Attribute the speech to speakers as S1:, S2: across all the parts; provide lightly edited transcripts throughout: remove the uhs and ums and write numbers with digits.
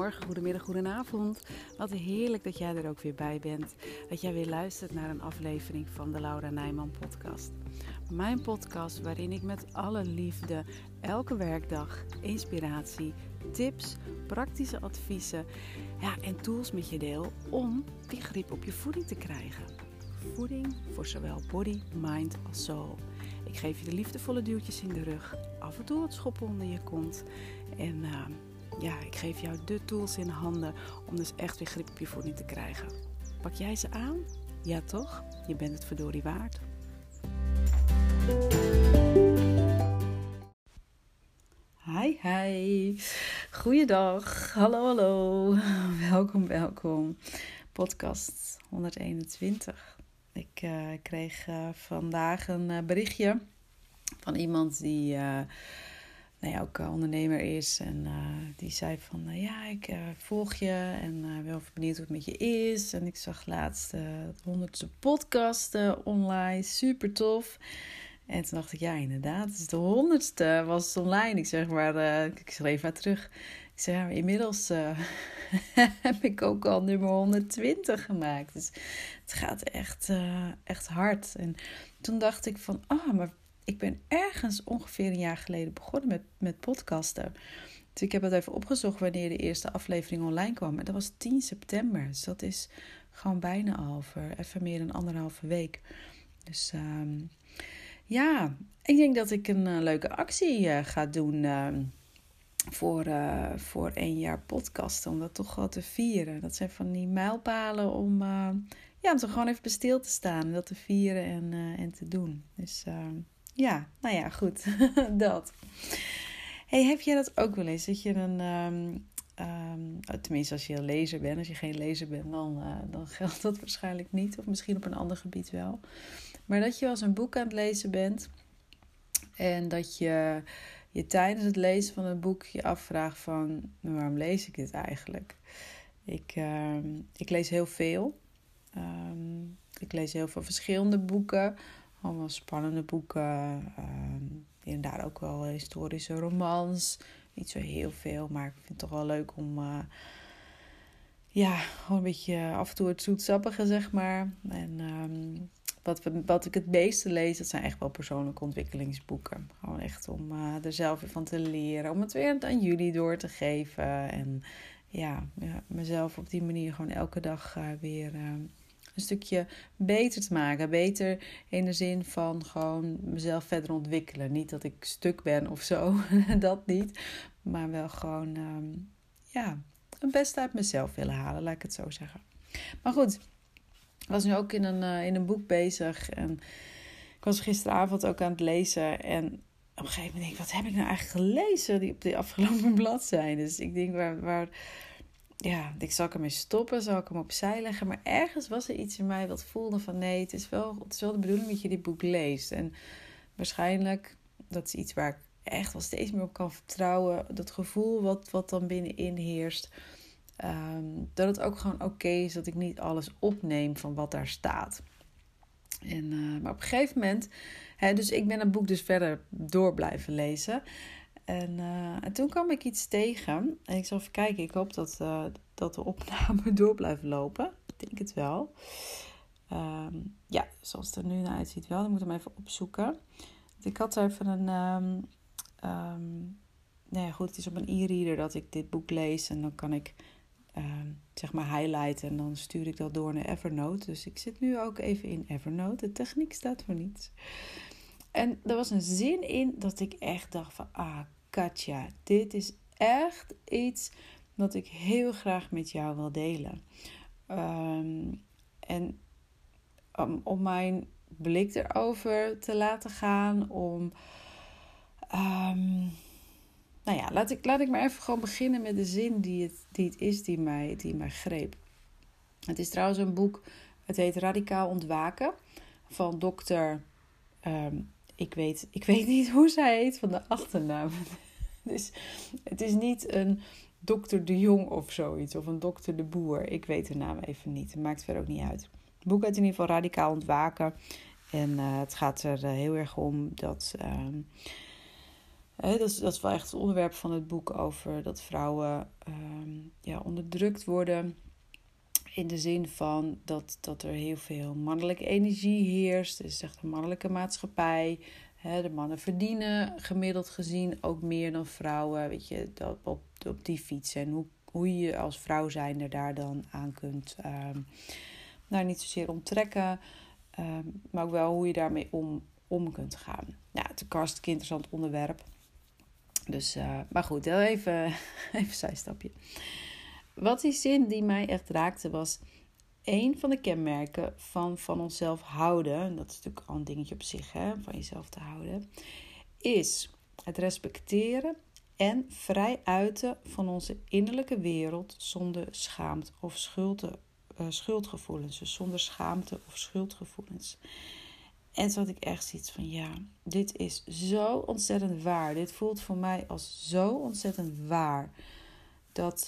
S1: goedemorgen, goedemiddag, goedenavond. Wat heerlijk dat jij er ook weer bij bent. Dat jij weer luistert naar een aflevering van de Laura Nijman podcast. Mijn podcast waarin ik met alle liefde elke werkdag inspiratie, tips, praktische adviezen en tools met je deel om die grip op je voeding te krijgen. Voeding voor zowel body, mind als soul. Ik geef je de liefdevolle duwtjes in de rug, af en toe wat schoppen onder je kont en ik geef jou de tools in handen om dus echt weer grip op je voeding te krijgen. Pak jij ze aan? Ja toch? Je bent het verdorie waard. Hi. Goeiedag. Hallo. Welkom. Podcast 121. Ik kreeg vandaag een berichtje van iemand die ook ondernemer is. En die zei van, ik volg je en ben even benieuwd hoe het met je is. En ik zag laatst de 100ste podcast online. Super tof. En toen dacht ik, ja inderdaad, het is de 100ste was online. Ik zeg maar, ik schreef haar terug. Ik zeg, ja, inmiddels heb ik ook al nummer 120 gemaakt. Dus het gaat echt hard. En toen dacht ik van, maar ik ben ergens ongeveer een jaar geleden begonnen met podcasten. Dus ik heb het even opgezocht wanneer de eerste aflevering online kwam. En dat was 10 september. Dus dat is gewoon bijna al even meer dan 1,5 week. Dus ik denk dat ik een leuke actie ga doen voor 1 jaar podcasten. Om dat toch wel te vieren. Dat zijn van die mijlpalen om toch gewoon even stil te staan. En dat te vieren en te doen. Dus goed. Dat. Hey, heb jij dat ook wel eens? Dat je tenminste als je een lezer bent. Als je geen lezer bent, dan geldt dat waarschijnlijk niet. Of misschien op een ander gebied wel. Maar dat je als een boek aan het lezen bent. En dat je tijdens het lezen van het boek je afvraagt van, waarom lees ik dit eigenlijk? Ik lees heel veel. Ik lees heel veel verschillende boeken. Allemaal spannende boeken. En daar ook wel historische romans. Niet zo heel veel, maar ik vind het toch wel leuk om gewoon een beetje af en toe het zoetsappige, zeg maar. En wat ik het meeste lees, dat zijn echt wel persoonlijke ontwikkelingsboeken. Gewoon echt om er zelf weer van te leren. Om het weer aan jullie door te geven. En mezelf op die manier gewoon elke dag weer een stukje beter te maken. Beter in de zin van gewoon mezelf verder ontwikkelen. Niet dat ik stuk ben of zo. Dat niet. Maar wel gewoon het beste uit mezelf willen halen. Laat ik het zo zeggen. Maar goed. Ik was nu ook in een boek bezig. En ik was gisteravond ook aan het lezen. En op een gegeven moment denk ik, wat heb ik nou eigenlijk gelezen op die afgelopen bladzijden? Dus ik denk, ik zal ik ermee stoppen? Zal ik hem opzij leggen? Maar ergens was er iets in mij wat voelde van, nee, het is wel de bedoeling dat je dit boek leest. En waarschijnlijk, dat is iets waar ik echt wel steeds meer op kan vertrouwen. Dat gevoel wat dan binnenin heerst. Dat het ook gewoon oké is dat ik niet alles opneem van wat daar staat. Maar op een gegeven moment, dus ik ben het boek dus verder door blijven lezen. En toen kwam ik iets tegen. En ik zal even kijken, ik hoop dat de opname door blijft lopen. Ik denk het wel. Zoals het er nu naar uitziet wel. Dan moet ik hem even opzoeken. Ik had even het is op een e-reader dat ik dit boek lees. En dan kan ik highlighten en dan stuur ik dat door naar Evernote. Dus ik zit nu ook even in Evernote. De techniek staat voor niets. En er was een zin in dat ik echt dacht van, Katja, dit is echt iets wat ik heel graag met jou wil delen. En om mijn blik erover te laten gaan, laat ik maar even gewoon beginnen met de zin die het is die mij greep. Het is trouwens een boek, het heet Radicaal Ontwaken, van dokter, ik weet niet hoe zij heet van de achternaam. Dus het is niet een dokter De Jong of zoiets, of een dokter De Boer. Ik weet de naam even niet, het maakt verder ook niet uit. Het boek heet in ieder geval Radicaal Ontwaken. En het gaat er heel erg om dat Dat is wel echt het onderwerp van het boek over dat vrouwen onderdrukt worden. In de zin van dat er heel veel mannelijke energie heerst. Het is echt een mannelijke maatschappij. De mannen verdienen gemiddeld gezien ook meer dan vrouwen. Weet je, op die fiets. En hoe je als vrouw zijnde daar dan aan kunt. Niet zozeer onttrekken. Maar ook wel hoe je daarmee om kunt gaan. Ja, het is een hartstikke interessant onderwerp. Dus, maar goed, even een zijstapje. Wat die zin die mij echt raakte was... Een van de kenmerken van onszelf houden... en dat is natuurlijk al een dingetje op zich, van jezelf te houden... is het respecteren en vrij uiten van onze innerlijke wereld... zonder schaamte of schuldgevoelens. Dus zonder schaamte of schuldgevoelens. En toen had ik echt zoiets van... ja, dit is zo ontzettend waar. Dit voelt voor mij als zo ontzettend waar... dat...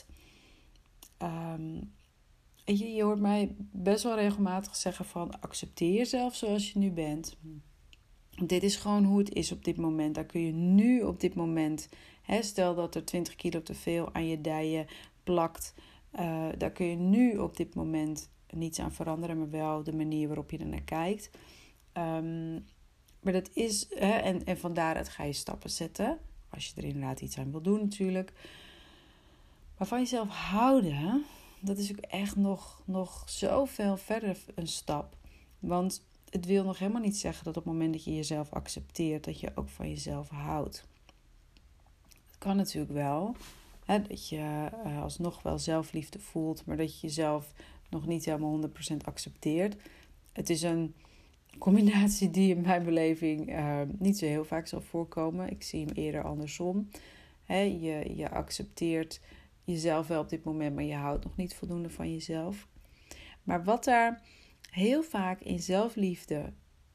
S1: Je hoort mij best wel regelmatig zeggen van... accepteer jezelf zoals je nu bent. Dit is gewoon hoe het is op dit moment. Daar kun je nu op dit moment... stel dat er 20 kilo te veel aan je dijen plakt... daar kun je nu op dit moment niets aan veranderen... maar wel de manier waarop je er naar kijkt. Maar dat is... en van daaruit ga je stappen zetten... als je er inderdaad iets aan wil doen natuurlijk... Maar van jezelf houden... dat is ook echt nog zoveel verder een stap. Want het wil nog helemaal niet zeggen dat op het moment dat je jezelf accepteert... dat je ook van jezelf houdt. Het kan natuurlijk wel. Dat je alsnog wel zelfliefde voelt... maar dat je jezelf nog niet helemaal 100% accepteert. Het is een combinatie die in mijn beleving niet zo heel vaak zal voorkomen. Ik zie hem eerder andersom. Je accepteert... jezelf wel op dit moment, maar je houdt nog niet voldoende van jezelf. Maar wat daar heel vaak in zelfliefde,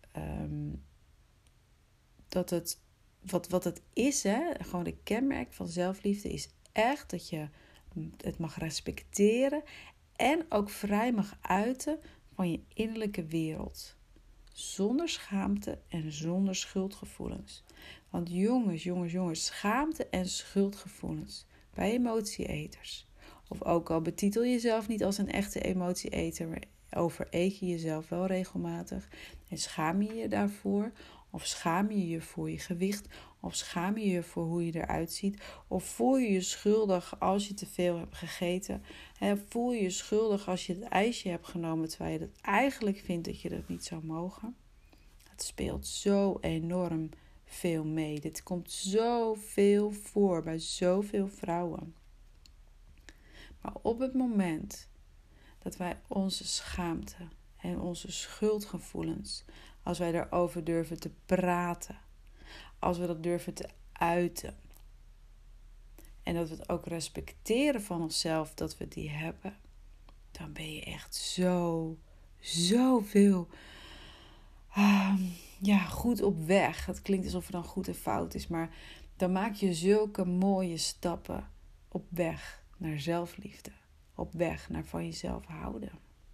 S1: wat het is, gewoon de kenmerk van zelfliefde is echt dat je het mag respecteren en ook vrij mag uiten van je innerlijke wereld. Zonder schaamte en zonder schuldgevoelens. Want jongens, schaamte en schuldgevoelens... bij emotieeters. Of ook al betitel je jezelf niet als een echte emotieeter... maar overeet je jezelf wel regelmatig. En schaam je je daarvoor? Of schaam je je voor je gewicht? Of schaam je je voor hoe je eruit ziet? Of voel je je schuldig als je te veel hebt gegeten? Voel je je schuldig als je het ijsje hebt genomen... terwijl je dat eigenlijk vindt dat je dat niet zou mogen? Het speelt zo enorm veel mee. Dit komt zoveel voor bij zoveel vrouwen. Maar op het moment dat wij onze schaamte en onze schuldgevoelens... als wij daarover durven te praten... als we dat durven te uiten... en dat we het ook respecteren van onszelf dat we die hebben... dan ben je echt zoveel... goed op weg. Het klinkt alsof er dan goed en fout is, maar dan maak je zulke mooie stappen op weg naar zelfliefde. Op weg naar van jezelf houden.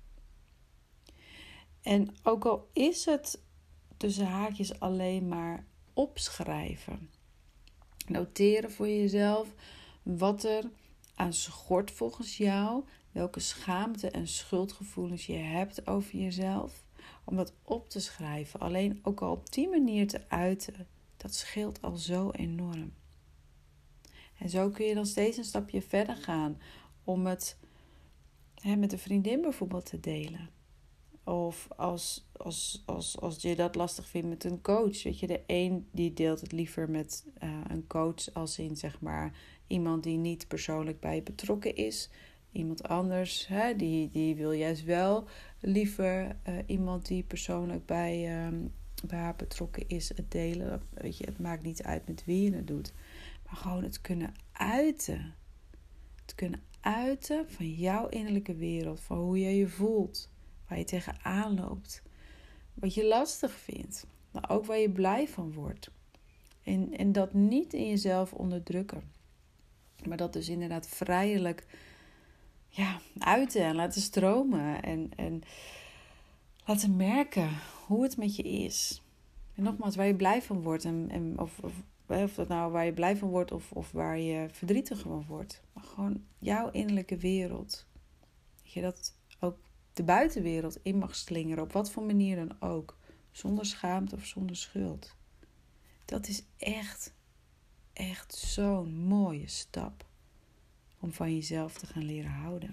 S1: En ook al is het tussen haakjes alleen maar opschrijven. Noteren voor jezelf wat er aan schort volgens jou. Welke schaamte en schuldgevoelens je hebt over jezelf. Om dat op te schrijven. Alleen ook al op die manier te uiten. Dat scheelt al zo enorm. En zo kun je dan steeds een stapje verder gaan. Om het met een vriendin bijvoorbeeld te delen. Of als je dat lastig vindt met een coach. Weet je, de een die deelt het liever met een coach. Als in zeg maar iemand die niet persoonlijk bij je betrokken is. Iemand anders, die wil juist wel liever iemand die persoonlijk bij haar betrokken is, het delen. Weet je, het maakt niet uit met wie je het doet. Maar gewoon het kunnen uiten. Het kunnen uiten van jouw innerlijke wereld. Van hoe jij je voelt. Waar je tegenaan loopt. Wat je lastig vindt. Maar ook waar je blij van wordt. En dat niet in jezelf onderdrukken. Maar dat dus inderdaad vrijelijk uiten en laten stromen. En laten merken hoe het met je is. En nogmaals, waar je blij van wordt. Of of dat nou waar je blij van wordt of waar je verdrietig van wordt. Maar gewoon jouw innerlijke wereld. Dat je dat ook de buitenwereld in mag slingeren. Op wat voor manier dan ook. Zonder schaamte of zonder schuld. Dat is echt zo'n mooie stap. Om van jezelf te gaan leren houden.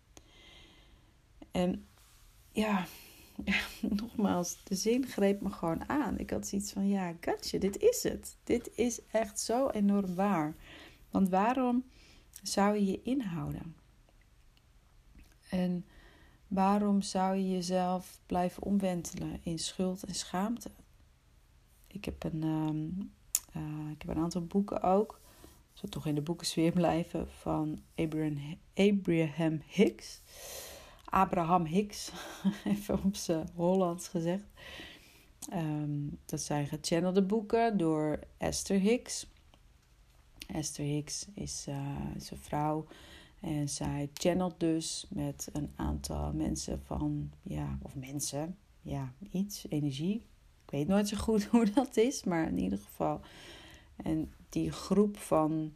S1: En ja, nogmaals, de zin greep me gewoon aan. Ik had zoiets van, ja, gotcha, dit is het. Dit is echt zo enorm waar. Want waarom zou je je inhouden? En waarom zou je jezelf blijven omwentelen in schuld en schaamte? Ik heb een aantal boeken ook. Ik zal toch in de boekensfeer blijven van Abraham Hicks. Abraham Hicks, even op zijn Hollands gezegd. Dat zijn gechannelde boeken door Esther Hicks. Esther Hicks is een vrouw en zij channelt dus met een aantal mensen energie. Ik weet nooit zo goed hoe dat is, maar in ieder geval. En die groep van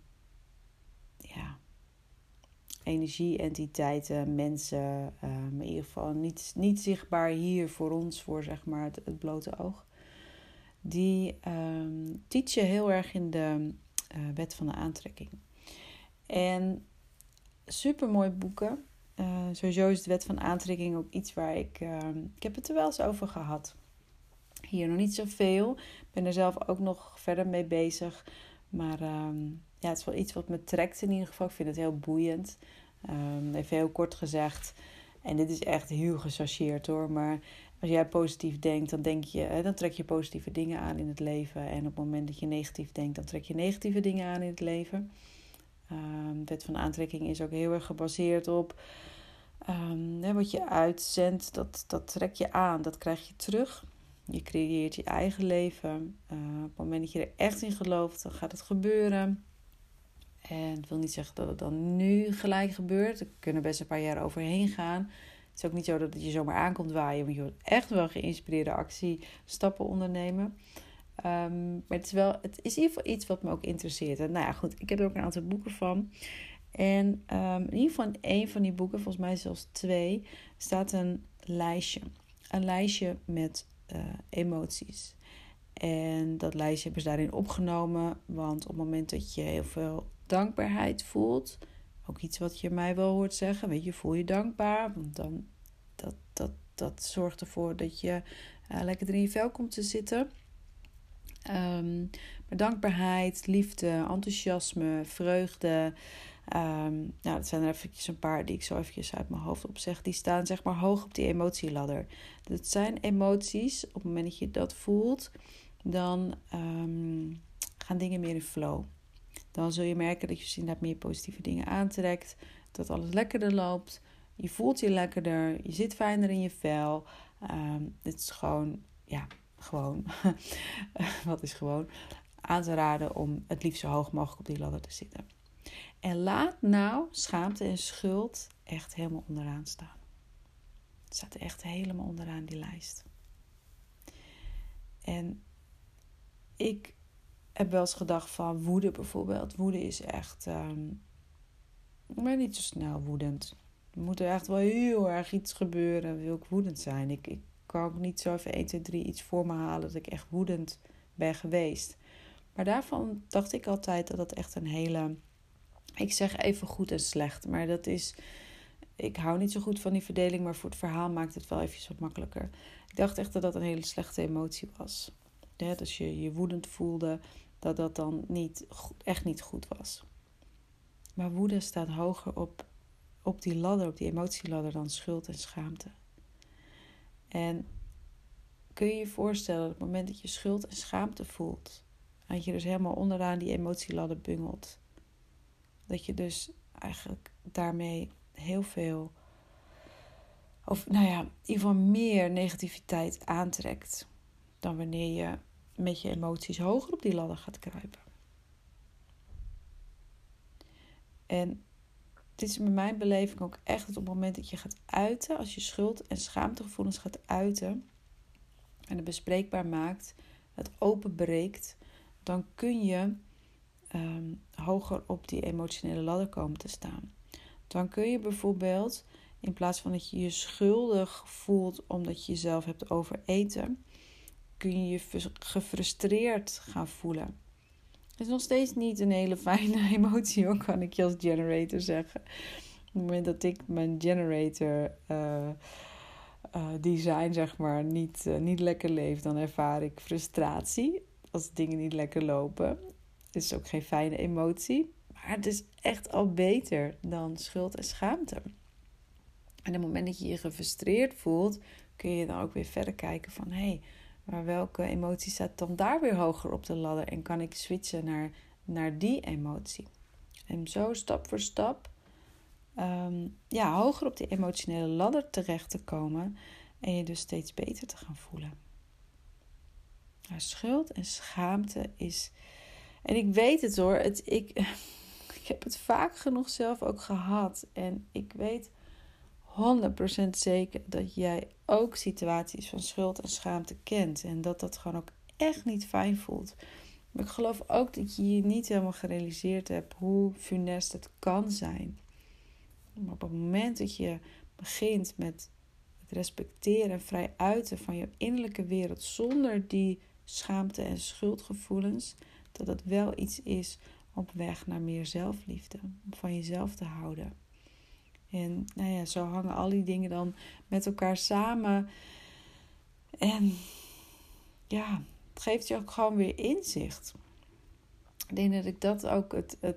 S1: energie-entiteiten, mensen, in ieder geval niet zichtbaar hier voor ons, voor zeg maar het blote oog. Die teachen heel erg in de wet van de aantrekking. En supermooi boeken. Sowieso is de wet van aantrekking ook iets waar ik heb het er wel eens over gehad. Hier nog niet zoveel. Ik ben er zelf ook nog verder mee bezig. Maar het is wel iets wat me trekt in ieder geval. Ik vind het heel boeiend. Even heel kort gezegd. En dit is echt heel gechargeerd hoor. Maar als jij positief denkt, dan trek je positieve dingen aan in het leven. En op het moment dat je negatief denkt, dan trek je negatieve dingen aan in het leven. De wet van aantrekking is ook heel erg gebaseerd op wat je uitzendt, dat trek je aan, dat krijg je terug. Je creëert je eigen leven. Op het moment dat je er echt in gelooft, dan gaat het gebeuren. En het wil niet zeggen dat het dan nu gelijk gebeurt. Er kunnen best een paar jaar overheen gaan. Het is ook niet zo dat het je zomaar aankomt waaien. Want je wordt echt wel geïnspireerde actiestappen ondernemen. Maar het is in ieder geval iets wat me ook interesseert. En nou ja, goed, ik heb er ook een aantal boeken van. En in ieder geval in een van die boeken, volgens mij zelfs 2, staat een lijstje. Een lijstje met emoties. En dat lijstje hebben ze daarin opgenomen. Want op het moment dat je heel veel dankbaarheid voelt, ook iets wat je mij wel hoort zeggen, weet je, voel je dankbaar. Want dan dat zorgt ervoor dat je lekker in je vel komt te zitten. Maar dankbaarheid, liefde, enthousiasme, vreugde. Dat zijn er eventjes een paar die ik zo eventjes uit mijn hoofd opzeg. Die staan zeg maar hoog op die emotieladder. Dat zijn emoties, op het moment dat je dat voelt, dan gaan dingen meer in flow. Dan zul je merken dat je inderdaad meer positieve dingen aantrekt. Dat alles lekkerder loopt. Je voelt je lekkerder. Je zit fijner in je vel. Het is gewoon, wat is gewoon? Aan te raden om het liefst zo hoog mogelijk op die ladder te zitten. En laat nou schaamte en schuld echt helemaal onderaan staan. Het staat echt helemaal onderaan die lijst. En ik heb wel eens gedacht van woede bijvoorbeeld. Woede is echt, maar niet zo snel woedend. Er moet er echt wel heel erg iets gebeuren, wil ik woedend zijn. Ik kan ook niet zo even 1, 2, 3 iets voor me halen dat ik echt woedend ben geweest. Maar daarvan dacht ik altijd dat het echt een hele, ik zeg even goed en slecht, maar dat is, ik hou niet zo goed van die verdeling, maar voor het verhaal maakt het wel even wat makkelijker. Ik dacht echt dat dat een hele slechte emotie was. Ja, dus je woedend voelde, dat dan echt niet goed was. Maar woede staat hoger op die ladder, op die emotieladder, dan schuld en schaamte. En kun je je voorstellen dat op het moment dat je schuld en schaamte voelt, dat je dus helemaal onderaan die emotieladder bungelt, dat je dus eigenlijk daarmee heel veel, in ieder geval meer negativiteit aantrekt dan wanneer je met je emoties hoger op die ladder gaat kruipen. En dit is met mijn beleving ook echt dat op het moment dat je gaat uiten, als je schuld- en schaamtegevoelens gaat uiten en het bespreekbaar maakt, het openbreekt, dan kun je hoger op die emotionele ladder komen te staan. Dan kun je bijvoorbeeld, in plaats van dat je je schuldig voelt omdat je jezelf hebt overeten, kun je je gefrustreerd gaan voelen. Het is nog steeds niet een hele fijne emotie, hoor, kan ik je als generator zeggen. Op het moment dat ik mijn generator design, zeg maar, niet lekker leef, dan ervaar ik frustratie als dingen niet lekker lopen. Het is ook geen fijne emotie, maar het is echt al beter dan schuld en schaamte. En op het moment dat je je gefrustreerd voelt, kun je dan ook weer verder kijken van maar welke emotie staat dan daar weer hoger op de ladder? En kan ik switchen naar die emotie? En zo stap voor stap hoger op die emotionele ladder terecht te komen. En je dus steeds beter te gaan voelen. Nou, schuld en schaamte is... En ik weet het, hoor. Ik heb het vaak genoeg zelf ook gehad. En ik weet 100% zeker dat jij ook situaties van schuld en schaamte kent. En dat gewoon ook echt niet fijn voelt. Maar ik geloof ook dat je je niet helemaal gerealiseerd hebt hoe funest het kan zijn. Maar op het moment dat je begint met het respecteren en vrij uiten van je innerlijke wereld zonder die schaamte en schuldgevoelens, dat het wel iets is op weg naar meer zelfliefde, om van jezelf te houden. En zo hangen al die dingen dan met elkaar samen. En het geeft je ook gewoon weer inzicht. Ik denk dat ik dat ook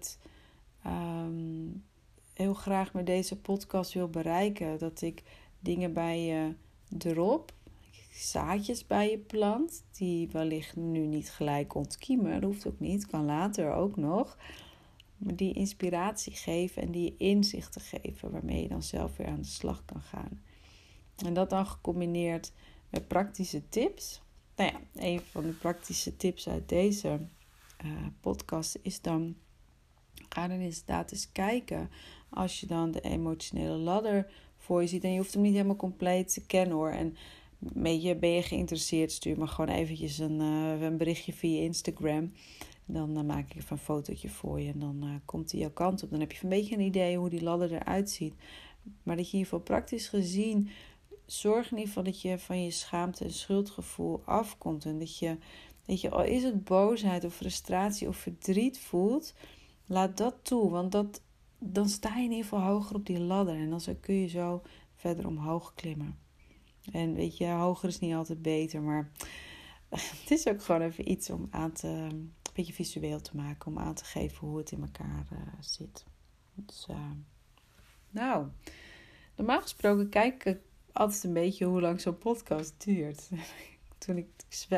S1: heel graag met deze podcast wil bereiken. Dat ik dingen bij je drop, zaadjes bij je plant, die wellicht nu niet gelijk ontkiemen. Dat hoeft ook niet, kan later ook nog. Maar die inspiratie geven en die inzichten geven, waarmee je dan zelf weer aan de slag kan gaan. En dat dan gecombineerd met praktische tips. Een van de praktische tips uit deze podcast is dan: ga dan inderdaad eens kijken, als je dan de emotionele ladder voor je ziet. En je hoeft hem niet helemaal compleet te kennen, hoor. En ben je geïnteresseerd, stuur me gewoon eventjes een berichtje via Instagram. Dan maak ik even een fotootje voor je en dan komt hij jouw kant op. Dan heb je een beetje een idee hoe die ladder eruit ziet. Maar dat je in ieder geval praktisch gezien, zorg in ieder geval dat je van je schaamte en schuldgevoel afkomt. En dat je, al is het boosheid of frustratie of verdriet voelt, laat dat toe. Want dan sta je in ieder geval hoger op die ladder. En dan kun je zo verder omhoog klimmen. En weet je, hoger is niet altijd beter. Maar het is ook gewoon even iets om een beetje visueel te maken. Om aan te geven hoe het in elkaar zit. Dus, normaal gesproken kijk ik altijd een beetje hoe lang zo'n podcast duurt. Toen ik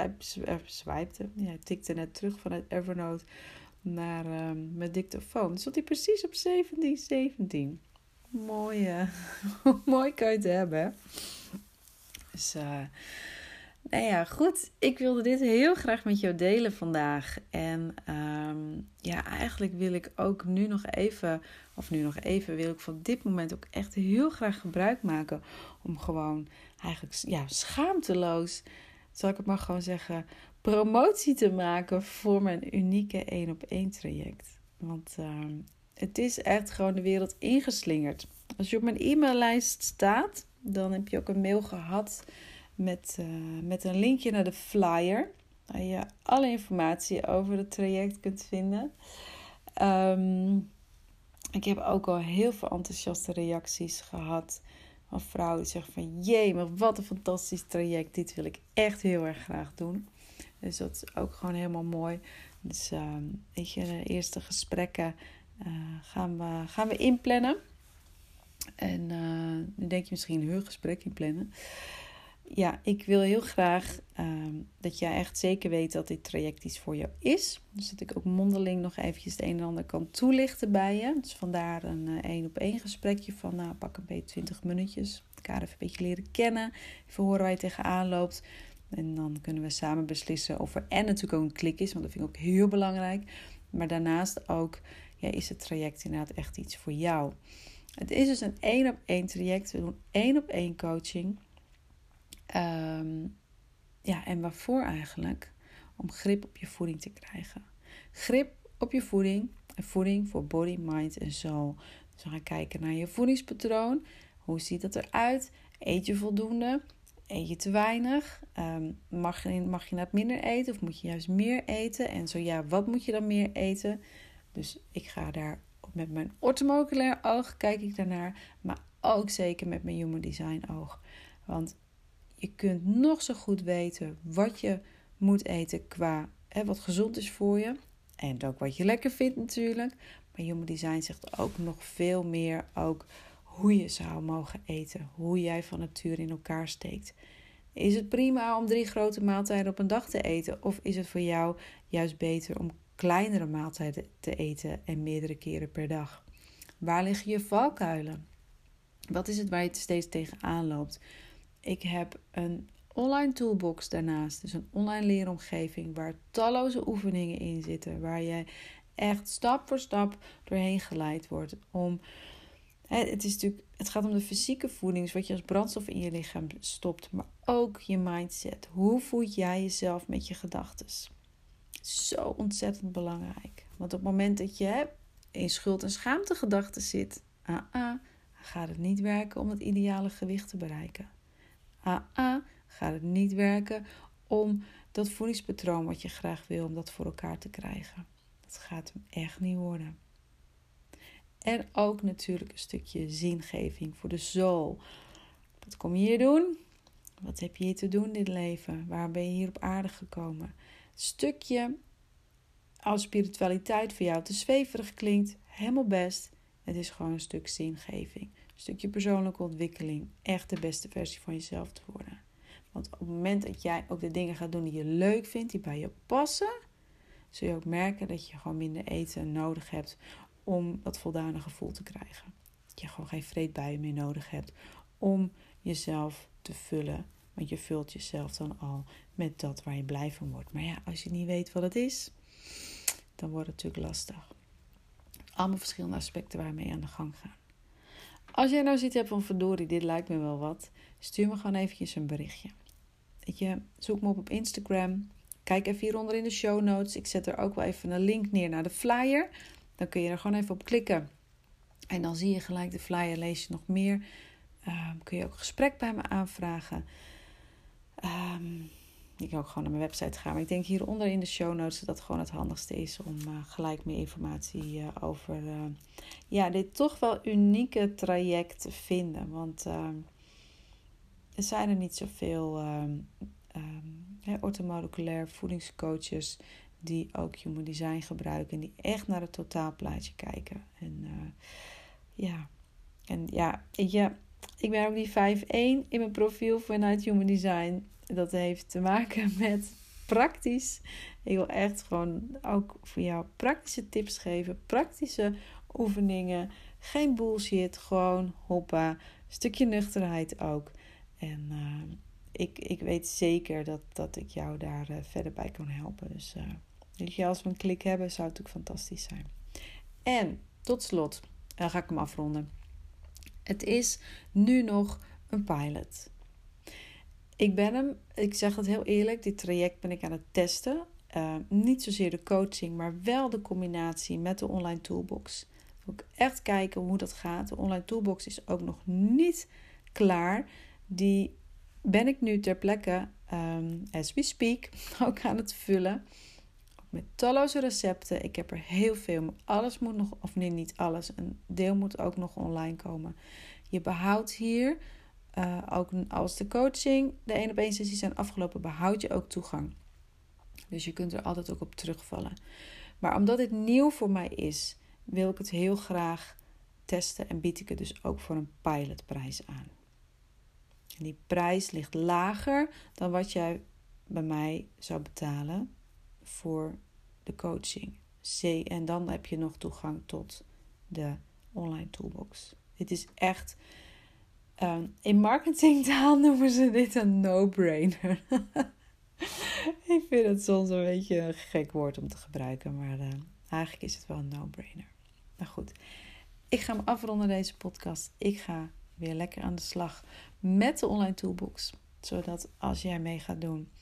S1: tikte net terug vanuit Evernote naar mijn dictafoon. Stond hij precies op 17:17. Mooi, mooi kan je het hebben, hè? Dus, goed. Ik wilde dit heel graag met jou delen vandaag. En eigenlijk wil ik ook nu nog even wil ik van dit moment ook echt heel graag gebruik maken om gewoon eigenlijk, schaamteloos, zal ik het maar gewoon zeggen, promotie te maken voor mijn unieke 1-op-1 traject. Want het is echt gewoon de wereld ingeslingerd. Als je op mijn e-maillijst staat, dan heb je ook een mail gehad met een linkje naar de flyer, waar je alle informatie over het traject kunt vinden. Ik heb ook al heel veel enthousiaste reacties gehad van vrouwen die zeggen van: jee, maar wat een fantastisch traject. Dit wil ik echt heel erg graag doen. Dus dat is ook gewoon helemaal mooi. Dus de eerste gesprekken gaan we inplannen. En nu denk je misschien een huurgesprek inplannen. Ja, ik wil heel graag dat jij echt zeker weet dat dit traject iets voor jou is. Dus dat ik ook mondeling nog eventjes het een en ander kan toelichten bij je. Dus vandaar een 1-op-1 gesprekje van pak een beetje 20 minuutjes. Elkaar even een beetje leren kennen. Even horen waar je tegenaan loopt. En dan kunnen we samen beslissen of er en natuurlijk ook een klik is. Want dat vind ik ook heel belangrijk. Maar daarnaast ook, is het traject inderdaad echt iets voor jou. Het is dus een 1-op-1 traject. We doen 1-op-1 coaching. En waarvoor eigenlijk? om grip op je voeding te krijgen. Grip op je voeding en voeding voor body, mind en soul. Dus we gaan kijken naar je voedingspatroon. Hoe ziet dat eruit? Eet je voldoende? Eet je te weinig? Mag je net minder eten of moet je juist meer eten? En zo ja, wat moet je dan meer eten? Dus ik ga daar met mijn orthomoleculair oog kijk ik daarnaar, maar ook zeker met mijn human design oog. Want je kunt nog zo goed weten wat je moet eten qua wat gezond is voor je. En ook wat je lekker vindt natuurlijk. Maar human design zegt ook nog veel meer ook hoe je zou mogen eten. Hoe jij van nature in elkaar steekt. Is het prima om 3 grote maaltijden op een dag te eten? Of is het voor jou juist beter om kleinere maaltijden te eten en meerdere keren per dag? Waar liggen je valkuilen? Wat is het waar je steeds tegenaan loopt? Ik heb een online toolbox daarnaast. Dus een online leeromgeving waar talloze oefeningen in zitten. Waar jij echt stap voor stap doorheen geleid wordt. Het gaat om de fysieke voeding, wat je als brandstof in je lichaam stopt. Maar ook je mindset. Hoe voed jij jezelf met je gedachten? Zo ontzettend belangrijk. Want op het moment dat je in schuld- en schaamtegedachten zit, gaat het niet werken om het ideale gewicht te bereiken. Gaat het niet werken om dat voedingspatroon wat je graag wil, om dat voor elkaar te krijgen. Dat gaat hem echt niet worden. En ook natuurlijk een stukje zingeving voor de soul. Wat kom je hier doen? Wat heb je hier te doen in dit leven? Waar ben je hier op aarde gekomen? Stukje, als spiritualiteit voor jou te zweverig klinkt, helemaal best. Het is gewoon een stuk zingeving. Een stukje persoonlijke ontwikkeling. Echt de beste versie van jezelf te worden. Want op het moment dat jij ook de dingen gaat doen die je leuk vindt, die bij je passen, zul je ook merken dat je gewoon minder eten nodig hebt om dat voldane gevoel te krijgen. Dat je gewoon geen vreedbuien meer nodig hebt om jezelf te vullen. Want je vult jezelf dan al met dat waar je blij van wordt. Maar ja, als je niet weet wat het is, dan wordt het natuurlijk lastig. Allemaal verschillende aspecten waar we mee aan de gang gaan. Als jij nou ziet hebt van verdorie, dit lijkt me wel wat, stuur me gewoon eventjes een berichtje. Zoek me op Instagram. Kijk even hieronder in de show notes. Ik zet er ook wel even een link neer naar de flyer. Dan kun je er gewoon even op klikken. En dan zie je gelijk de flyer, lees je nog meer. Kun je ook een gesprek bij me aanvragen. Je kan ook gewoon naar mijn website gaan. Maar ik denk hieronder in de show notes dat het gewoon het handigste is om gelijk meer informatie over dit toch wel unieke traject te vinden. Want er zijn er niet zoveel orthomoleculair voedingscoaches die ook human design gebruiken en die echt naar het totaalplaatje kijken. Ik ben ook die 5-1 in mijn profiel vanuit human design. Dat heeft te maken met praktisch. Ik wil echt gewoon ook voor jou praktische tips geven, praktische oefeningen. Geen bullshit, gewoon hoppa. Een stukje nuchterheid ook. En ik weet zeker dat ik jou daar verder bij kan helpen. Dus als we een klik hebben, zou het natuurlijk fantastisch zijn. En tot slot, dan ga ik hem afronden. Het is nu nog een pilot. Ik zeg het heel eerlijk, dit traject ben ik aan het testen. Niet zozeer de coaching, maar wel de combinatie met de online toolbox. Ook echt kijken hoe dat gaat. De online toolbox is ook nog niet klaar. Die ben ik nu ter plekke, as we speak, ook aan het vullen. Met talloze recepten. Ik heb er heel veel. Maar alles moet nog, of nee, niet alles. Een deel moet ook nog online komen. Je behoudt hier, ook als de coaching, de 1-op-1 sessies zijn afgelopen, behoud je ook toegang. Dus je kunt er altijd ook op terugvallen. Maar omdat dit nieuw voor mij is, wil ik het heel graag testen en bied ik het dus ook voor een pilotprijs aan. En die prijs ligt lager dan wat jij bij mij zou betalen voor de coaching. En dan heb je nog toegang tot de online toolbox. Dit is echt, in marketingtaal noemen ze dit een no-brainer. Ik vind het soms een beetje een gek woord om te gebruiken, maar eigenlijk is het wel een no-brainer. Nou goed, ik ga me afronden deze podcast. Ik ga weer lekker aan de slag met de online toolbox. Zodat als jij mee gaat doen,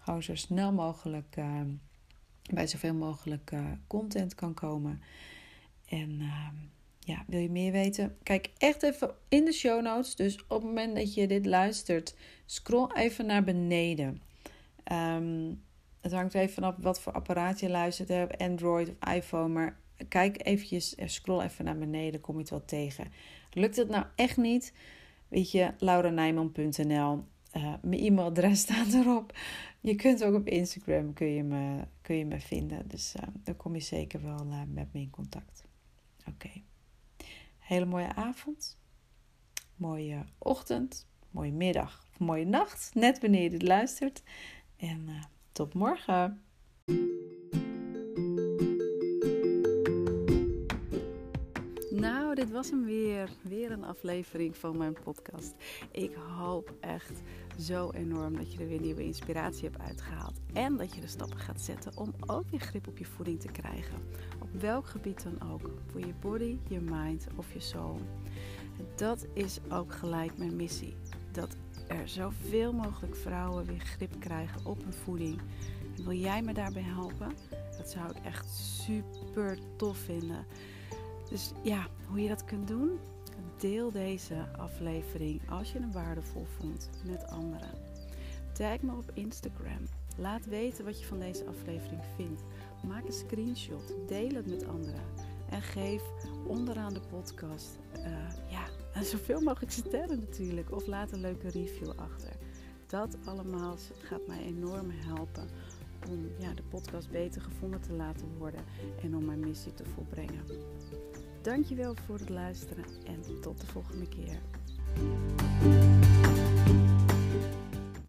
S1: gewoon zo snel mogelijk bij zoveel mogelijk content kan komen. En wil je meer weten? Kijk echt even in de show notes. Dus op het moment dat je dit luistert, scroll even naar beneden. Het hangt even vanaf wat voor apparaat je luistert. Android of iPhone. Maar kijk eventjes, scroll even naar beneden, kom je het wel tegen. Lukt het nou echt niet? Weet je, lauranijman.nl. Mijn e-mailadres staat erop. Je kunt ook op Instagram kun je me vinden. Dus dan kom je zeker wel met me in contact. Oké. Hele mooie avond. Mooie ochtend. Mooie middag. Of mooie nacht. Net wanneer je dit luistert. En tot morgen. Nou, dit was hem weer. Weer een aflevering van mijn podcast. Ik hoop echt zo enorm dat je er weer nieuwe inspiratie hebt uitgehaald. En dat je de stappen gaat zetten om ook weer grip op je voeding te krijgen. Op welk gebied dan ook. Voor je body, je mind of je soul. Dat is ook gelijk mijn missie. Dat er zoveel mogelijk vrouwen weer grip krijgen op hun voeding. En wil jij me daarbij helpen? Dat zou ik echt super tof vinden. Dus ja, hoe je dat kunt doen? Deel deze aflevering als je hem waardevol vond met anderen. Tag me op Instagram. Laat weten wat je van deze aflevering vindt. Maak een screenshot. Deel het met anderen. En geef onderaan de podcast zoveel mogelijk sterren natuurlijk. Of laat een leuke review achter. Dat allemaal gaat mij enorm helpen om de podcast beter gevonden te laten worden. En om mijn missie te volbrengen. Dankjewel voor het luisteren en tot de volgende keer.